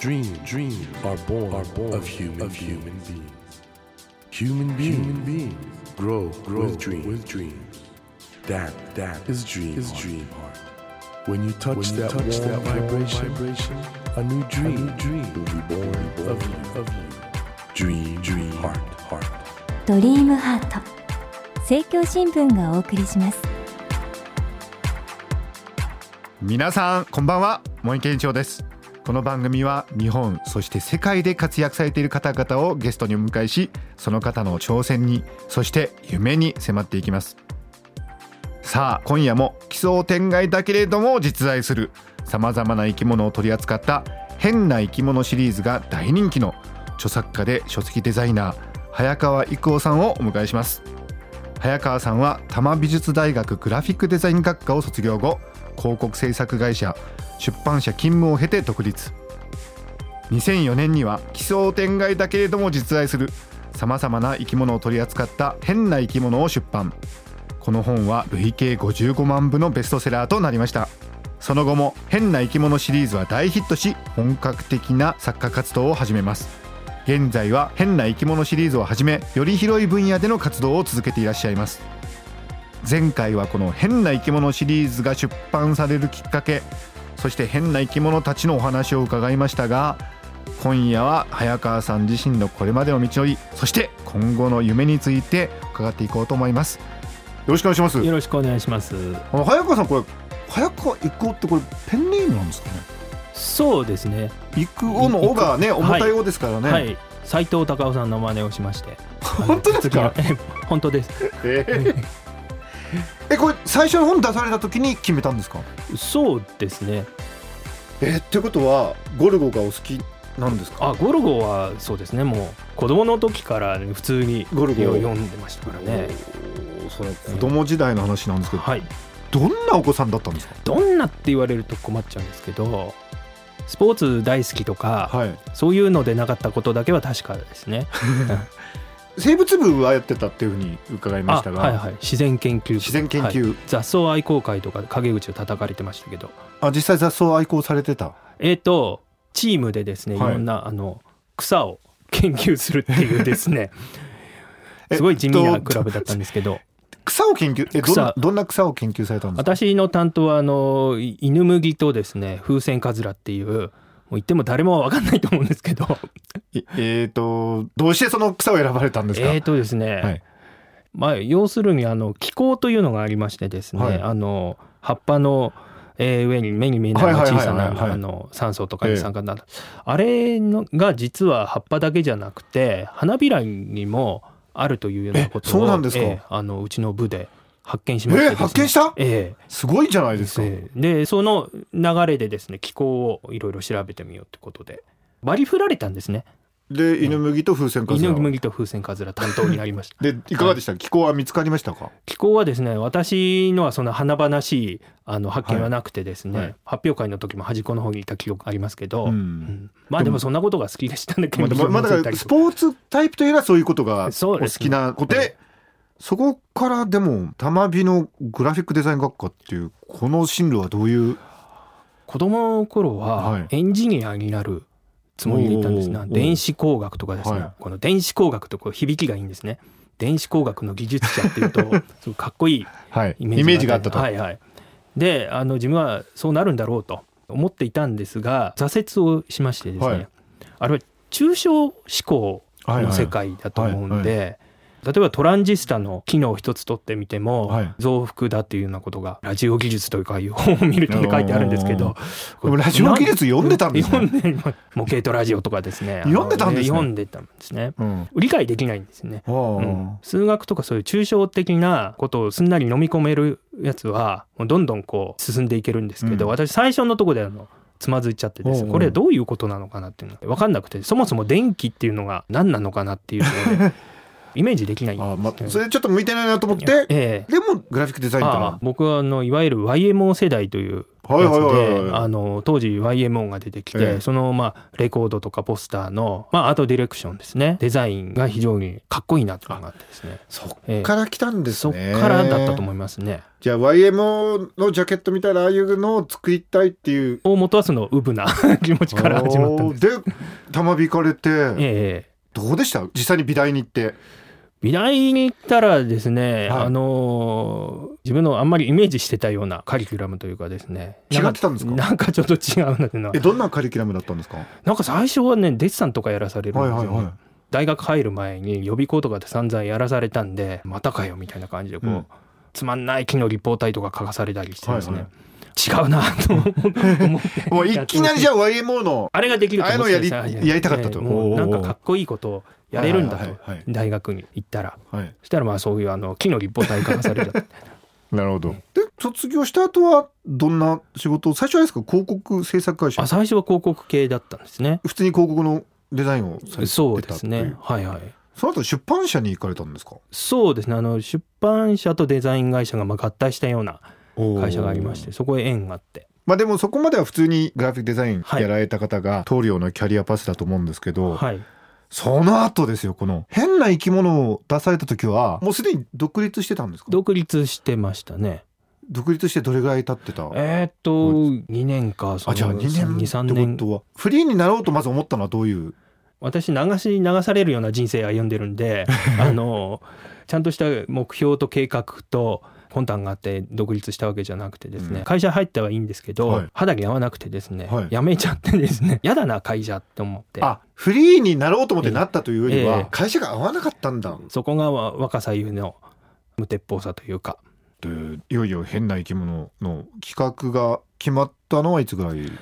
Dreams are born of human beings. Human beings grow with dreams. That is dream heart. When you touch that vibration, a new dream will be born of you. Dream heart. ドリームハート、政教新聞がお送りします。 皆さんこんばんは、森健一郎です。この番組は日本そして世界で活躍されている方々をゲストにお迎えし、その方の挑戦にそして夢に迫っていきます。さあ今夜も奇想天外だけれども実在するさまざまな生き物を取り扱った変な生き物シリーズが大人気の著作家で書籍デザイナー早川育夫さんをお迎えします。早川さんは多摩美術大学グラフィックデザイン学科を卒業後、広告制作会社出版社勤務を経て独立。2004年には奇想天外だけれども実在するさまざまな生き物を取り扱った変な生き物を出版。この本は累計55万部のベストセラーとなりました。その後も変な生き物シリーズは大ヒットし、本格的な作家活動を始めます。現在は変な生き物シリーズをはじめ、より広い分野での活動を続けていらっしゃいます。前回はこの変な生き物シリーズが出版されるきっかけ、そして変な生き物たちのお話を伺いましたが、今夜は早川さん自身のこれまでの道のり、そして今後の夢について伺っていこうと思います。よろしくお願いします。 よろしくお願いします。 早川さん、これ早川育夫ってこれペンネームなんですかね。 そうですね、 育夫の「お」がね重たい「お」ですからね。 はい、斉藤隆夫さんの真似をしまして。 本当ですか？ 本当です。 これ最初の本出された時に決めたんですか？ そうですね。 ってことはゴルゴがお好きなんですか？ ゴルゴはそうですね、もう子供の時から、普通にゴルゴを読んでましたからね。 それ子供時代の話なんですけど、 はい、 どんなお子さんだったんですか？ どんなって言われると困っちゃうんですけど、スポーツ大好きとか、はい、そういうのでなかったことだけは確かですね。 生物部はやってたっていうふうに伺いましたが、 はいはい、自然研究、 はい、 雑草愛好会とか陰口を叩かれてましたけど。 実際雑草愛好されてた？ チームでですね、いろんな、草を研究するっていうですね、すごい地味なクラブだったんですけど。 草を研究、どんな草を研究されたんですか？ 私の担当は犬麦とですね、風船カズラっていう、もう言っても誰も分かんないと思うんですけど。 どうしてその草を選ばれたんですか？ ですね、はい、要するに気孔というのがありましてですね、はい、葉っぱの上に目に見えない小さな酸素とか二酸化炭素、あれが実は葉っぱだけじゃなくて花びらにもあるというようなことを、 そうなんですか？ うちの部で発見しましてですね。 発見した？すごいじゃないですか。 でその流れでですね、気候をいろいろ調べてみようということで割り振られたんですね。 で犬麦と風船カズラ、 犬麦と風船カズラ担当になりました。 でいかがでした？気候は見つかりましたか？ 気候はですね、私のはそんな華々しい発見はなくてですね、発表会の時も端っこの方にいた記憶ありますけど、まあでもそんなことが好きでしたね。 だからスポーツタイプというのはそういうことがお好きなことで、そこからでも多摩美のグラフィックデザイン学科っていうこの進路はどういう？ 子供の頃はエンジニアになるつもりでいたんですが、電子工学とかですね、この電子工学とこう響きがいいんですね。電子工学の技術者っていうとすごくかっこいいイメージがあったと。はいはい、で自分はそうなるんだろうと思っていたんですが、挫折をしましてですね、あれは抽象思考の世界だと思うんで、例えばトランジスタの機能を一つ取ってみても、増幅だっていうようなことがラジオ技術というかいう本を見ると書いてあるんですけど、 ラジオ技術読んでたんですね。 模型とラジオとかですね、 読んでたんですね。 読んでたんですね。理解できないんですね。数学とかそういう抽象的なことをすんなり飲み込めるやつはもうどんどんこう進んでいけるんですけど、私最初のところでつまずいちゃってですね、これはどういうことなのかなっていうのが分かんなくて、そもそも電気っていうのが何なのかなっていうのでイメージできないんです、 それちょっと向いてないなと思って、でもグラフィックデザインってのは僕はいわゆる YMO 世代というやつで、当時 YMO が出てきて、そのレコードとかポスターの、アートディレクションですね、デザインが非常にかっこいいなというのがあってですね、 そっから来たんですね。 そっからだったと思いますね。 じゃあ YMO のジャケットみたいなああいうのを作りたいっていう大元はそのウブな気持ちから始まったんです。 でたまびかれて、どうでした？実際に美大に行って。 美大に行ったらですね、自分のあんまりイメージしてたようなカリキュラムというかですね、 違ってたんですか？ なんかちょっと違うなっていうのは。 どんなカリキュラムだったんですか？ なんか最初はね、デッサンとかやらされるんですよね。大学入る前に予備校とかで散々やらされたんで、またかよみたいな感じでつまんない木の立方体とか書かされたりしてですね、違うなと思ってもういきなりじゃあ YMO のあれができると思って、 やりたかったと、 もうなんかかっこいいことをやれるんだと、大学に行ったら、そしたらそういう木の立方体書かされちゃってなるほど。で卒業した後はどんな仕事を？最初はですか、広告制作会社？ 最初は広告系だったんですね。 普通に広告のデザインをされてたっていう。 そうですね、 その後出版社に行かれたんですか？ そうですね、出版社とデザイン会社が合体したような会社がありまして、そこへ縁があって、 でもそこまでは普通にグラフィックデザインやられた方が通るようなキャリアパスだと思うんですけど、その後ですよ、この変な生き物を出された時はもうすでに独立してたんですか？ 独立してましたね。 独立してどれぐらい経ってた ？2年か。 じゃあ2年 3年。 ってことはフリーになろうとまず思ったのはどういう？ 私流されるような人生を歩んでるんでちゃんとした目標と計画と魂胆があって独立したわけじゃなくてですね、会社入ったはいいんですけど、肌に合わなくてですね、辞めちゃってですね、やだな会社って思って。 フリーになろうと思ってなったというよりは、会社が合わなかったんだ。 そこが若さゆえの無鉄砲さというか。 いよいよ変な生き物の企画が決まったのはいつぐらい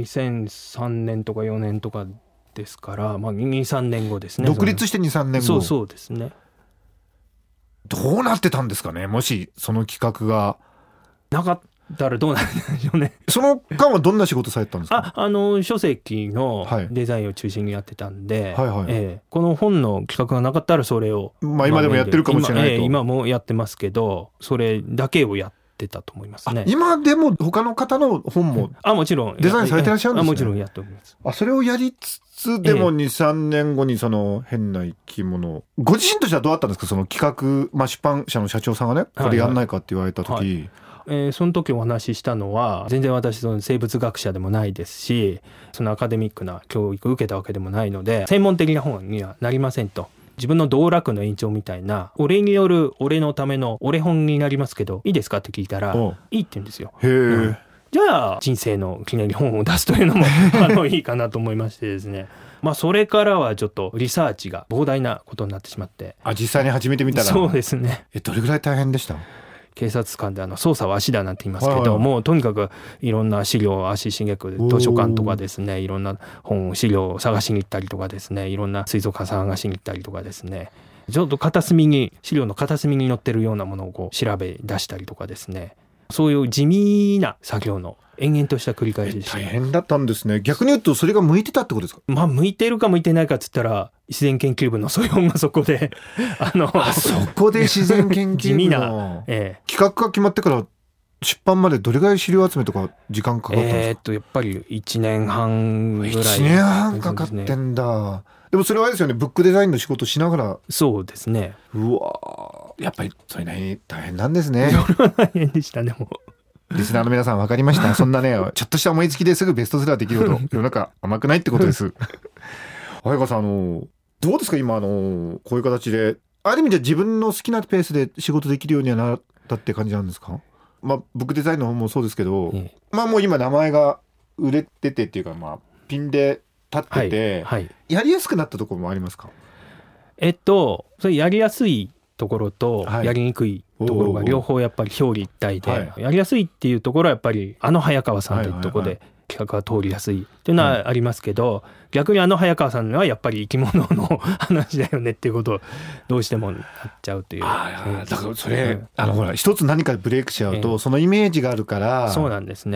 ？2003年とか4年とかですから、2、3年後ですね。 独立して2、3年後。 そうですね。 どうなってたんですかね、もしその企画がなかったらどうなるんでしょうね。 その間はどんな仕事されてたんですか？ 書籍のデザインを中心にやってたんで、この本の企画がなかったらそれを、 今でもやってるかもしれないと。 今もやってますけど、それだけをやってたと思いますね。 今でも他の方の本ももちろんデザインされてらっしゃるんですね。 もちろんやっております。 それをやりつつでも 2,3 年後にその変な生き物、ご自身としてはどうだったんですか？その企画、出版社の社長さんがね、これやんないかって言われた時、 その時お話ししたのは、全然私その生物学者でもないですし、そのアカデミックな教育を受けたわけでもないので、専門的な本にはなりませんと。自分の道楽の延長みたいな、俺による俺のための俺本になりますけどいいですかって聞いたら、いいって言うんですよ。じゃあ人生の記念に本を出すというのもいいかなと思いましてですね。それからはちょっとリサーチが膨大なことになってしまって。 実際に始めてみたら。 そうですね。 どれぐらい大変でした？ 警察官で捜査は足だなんて言いますけど、もうとにかくいろんな資料を足しげく、図書館とかですね、いろんな本資料を探しに行ったりとかですね、いろんな水族館探しに行ったりとかですね、ちょっと資料の片隅に載ってるようなものを調べ出したりとかですね、そういう地味な作業の延々とした繰り返しでした。 大変だったんですね。逆に言うとそれが向いてたってことですか？ 向いてるか向いてないかっつったら、自然研究部の素養がそこでそこで自然研究部の企画が決まってから出版までどれぐらい資料集めとか時間かかったんですか？ やっぱり1年半ぐらい。 1年半かかってんだ。でもそれはですよね、ブックデザインの仕事しながら。 そうですね。 やっぱりそれなりに大変なんですね。 それは大変でしたね。 リスナーの皆さん分かりました。そんなね、ちょっとした思いつきですぐベストセラーできるほど世の中甘くないってことです。早川さん、どうですか今こういう形である意味で自分の好きなペースで仕事できるようにはなったって感じなんですか？ブックデザインの方もそうですけど、もう今名前が売れててっていうか、ピンで立ってて、やりやすくなったところもありますか？ それやりやすいところとやりにくいところが両方やっぱり表裏一体で、やりやすいっていうところはやっぱり早川さんというところで企画が通りやすいっていうのはありますけど、逆に早川さんのはやっぱり生き物の話だよねっていうことをどうしてもなっちゃうという。 だからそれ、ほら一つ何かブレイクしちゃうと、そのイメージがあるから。 そうなんですね。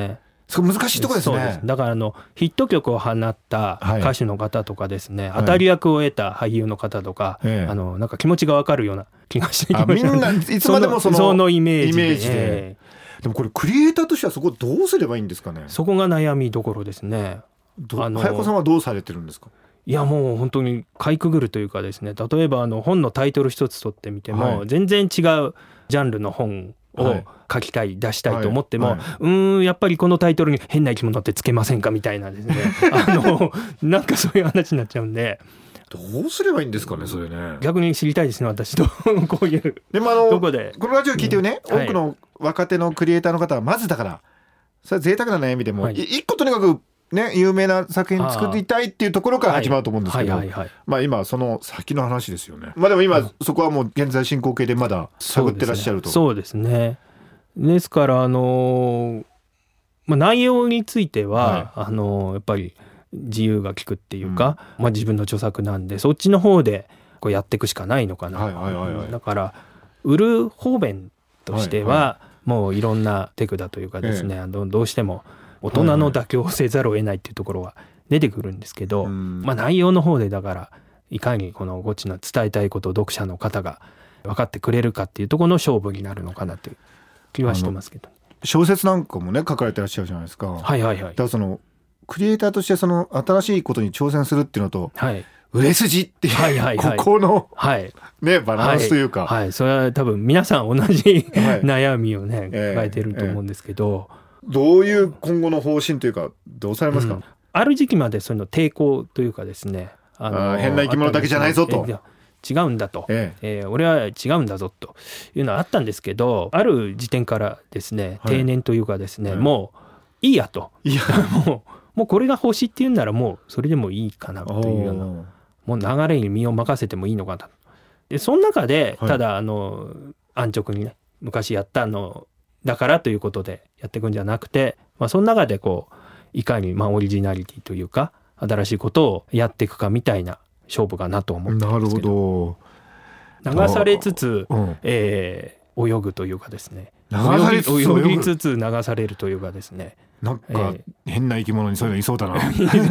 それ難しいところですね。 そうです。だからヒット曲を放った歌手の方とかですね、 はい、 当たり役を得た俳優の方とか、なんか気持ちが分かるような気がしてきましたね。 みんないつまでもそのイメージで、 でもこれクリエイターとしてはそこどうすればいいんですかね。 そこが悩みどころですね。 早子さんはどうされてるんですか。いやもう本当にかいくぐるというかですね、例えば本のタイトル一つ取ってみても、はい、全然違うジャンルの本を書きたい、出したいと思っても、やっぱりこのタイトルに変な生き物ってつけませんかみたいなですねなんかそういう話になっちゃうんで、 どうすればいいんですかねそれね。 逆に知りたいですね私とこういうでもどこでこのラジオ聞いてるね、多くの若手のクリエイターの方はまずだからそれは贅沢な悩みでも、一個とにかくね、有名な作品作りたいっていうところから始まると思うんですけど、まあ今その先の話ですよね。まあでも今そこはもう現在進行形でまだ探ってらっしゃると。 そうですね。ですから内容については、やっぱり自由が利くっていうか、自分の著作なんでそっちの方でこうやっていくしかないのかな。だから売る方面としては、もういろんな手札というかですね、どうしても大人の妥協をせざるを得ないっていうところは出てくるんですけど、内容の方でだからいかにこのゴチの伝えたいことを読者の方が分かってくれるかっていうところの勝負になるのかなという気はしてますけど、 小説なんかもね書かれてらっしゃるじゃないですか。だからそのクリエイターとしてその新しいことに挑戦するっていうのと、売れ筋っていう、ここの、ね、バランスというか、 それは多分皆さん同じ、悩みをね抱えてると思うんですけど、 どういう今後の方針というかどうされますか。 ある時期までその抵抗というかですね、 変な生き物だけじゃないぞと、 違うんだと、俺は違うんだぞというのはあったんですけど、ある時点からですね、定年というかですね、もういいやと、もうこれが星っていうんならもうそれでもいいかなというような、もう流れに身を任せてもいいのかな。でその中でただ安直にね昔やっただからということでやっていくんじゃなくて、その中でこういかにオリジナリティというか新しいことをやっていくかみたいな勝負かなと思ってますけど。流されつつ、泳ぐというかですね、泳ぎつつ流されるというかですね、 なんか変な生き物にそういうのいそうだな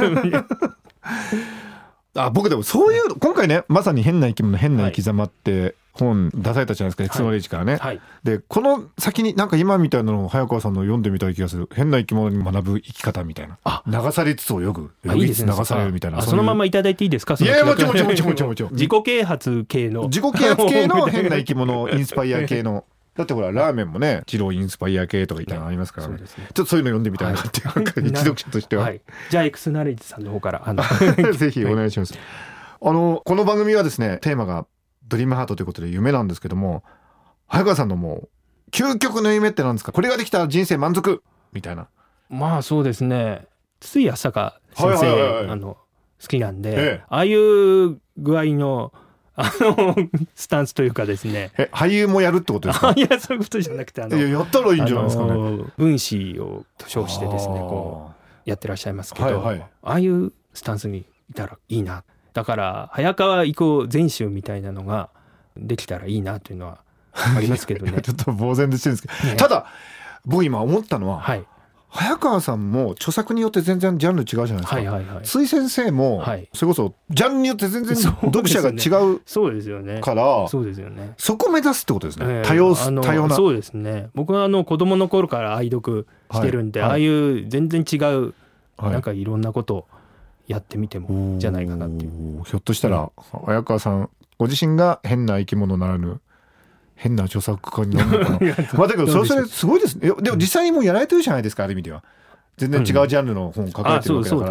僕でもそういう今回ねまさに変な生き物変な生き様って本出されたじゃないですか、Xのレイジからね、でこの先になんか今みたいなのを早川さんの読んでみたい気がする。変な生き物に学ぶ生き方みたいな、流されつつ泳ぐ、泳ぎつつ流されるみたいな、 そのままいただいていいですか。 いやもちろん自己啓発系の変な生き物インスパイア系のだってほらラーメンもね二郎インスパイア系とかいったのありますからね、ちょっとそういうの読んでみたいなっていう一読者としては、 じゃあ X ナレッジさんの方からぜひお願いします。この番組はですねテーマがドリームハートということで夢なんですけども、早川さんのもう究極の夢って何ですか。これができたら人生満足みたいな。 そうですね、筒井康隆先生好きなんで、ああいう具合のスタンスというかですね。 俳優もやるってことですか。 いやそういうことじゃなくてやったらいいんじゃないですかね。 分子を称してですねこうやってらっしゃいますけど、ああいうスタンスにいたらいいな。だから早川以降全集みたいなのができたらいいなというのはありますけどねちょっと呆然としてるんですけど、ただ僕今思ったのは、早川さんも著作によって全然ジャンル違うじゃないですか。筒井先生もそれこそジャンルによって全然読者が違うからそこを目指すってことですね。多様な。 そうですね。僕は子供の頃から愛読してるんで、ああいう全然違うなんかいろんなことをやってみてもじゃないかなっていう。 ひょっとしたら早川さんご自身が変な生き物ならぬ変な著作家になるのかなだけどそれすごいですね。でも実際にもうやられてるじゃないですか。ある意味では全然違うジャンルの本を書かれてるわけだから、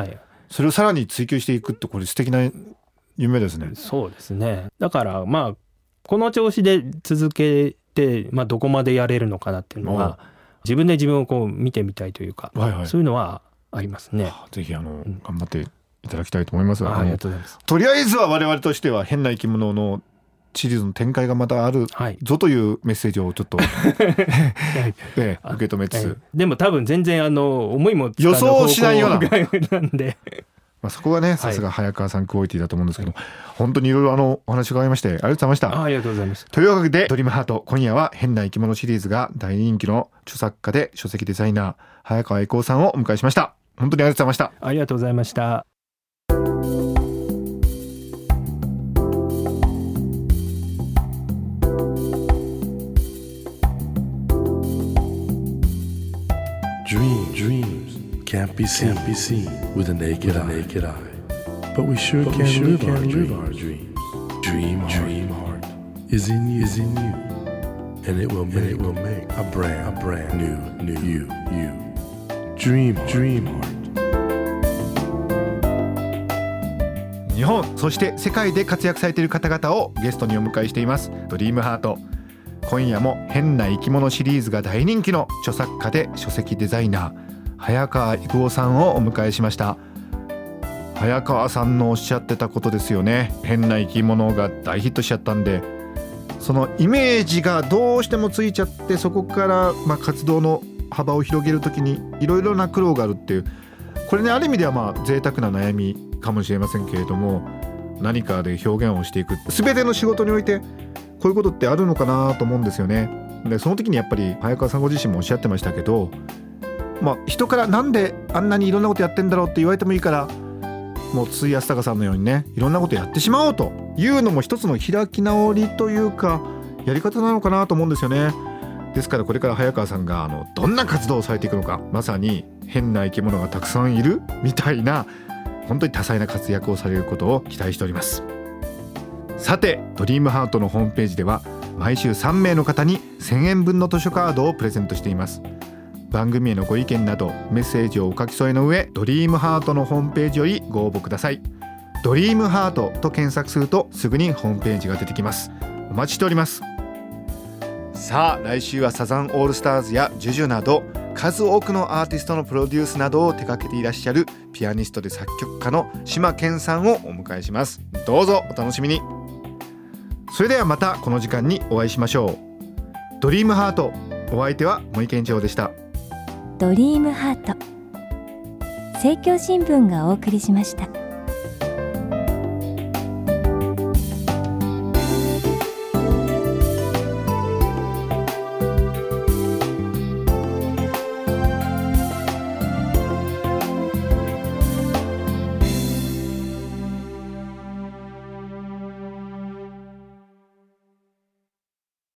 それをさらに追求していくってこれ素敵な夢ですね。 そうですね。だからこの調子で続けて、どこまでやれるのかなっていうのは自分で自分をこう見てみたいというか、そういうのはありますね。 ぜひ頑張っていただきたいと思います。 ありがとうございます。 とりあえずは我々としては変な生き物のシリーズの展開がまたあるぞというメッセージをちょっと受け止めつつ、 でも多分全然思いも予想しないようななんでそこがねさすが早川さんクオリティだと思うんですけど、本当にいろいろお話伺いましてありがとうございました。 ありがとうございます。 というわけでドリームハート、今夜は変な生き物シリーズが大人気の著作家で書籍デザイナー早川栄光さんをお迎えしました。本当にありがとうございました。 ありがとうございました。 Dreams can't be seen with a naked eye. But we sure can live our dreams. Dream heart is in you, and it will make a brand new you. Dream heart. 日本そして世界で活躍されている方々をゲストにお迎えしていますドリームハート。今夜も変な生き物シリーズが大人気の著作家で書籍デザイナー早川育夫さんをお迎えしました。早川さんのおっしゃってたことですよね。変な生き物が大ヒットしちゃったんで、そのイメージがどうしてもついちゃって、そこから活動の幅を広げるときにいろいろな苦労があるっていう、これねある意味では贅沢な悩みかもしれませんけれども、何かで表現をしていく、全ての仕事においてこういうことってあるのかなと思うんですよね。でその時にやっぱり早川さんご自身もおっしゃってましたけど、人からなんであんなにいろんなことやってんだろうって言われてもいいから、もう筒井康隆さんのようにねいろんなことやってしまおうというのも一つの開き直りというかやり方なのかなと思うんですよね。ですからこれから早川さんがどんな活動をされていくのか、まさに変な生き物がたくさんいるみたいな本当に多彩な活躍をされることを期待しております。さてドリームハートのホームページでは毎週3名の方に1000円分の図書カードをプレゼントしています。番組へのご意見などメッセージをお書き添えの上、ドリームハートのホームページよりご応募ください。ドリームハートと検索するとすぐにホームページが出てきます。お待ちしております。さあ来週はサザンオールスターズやジュジュなど数多くのアーティストのプロデュースなどを手掛けていらっしゃるピアニストで作曲家の島健さんをお迎えします。どうぞお楽しみに。それではまたこの時間にお会いしましょう。ドリームハート、お相手は森健一郎でした。 ドリームハート、政教新聞がお送りしました。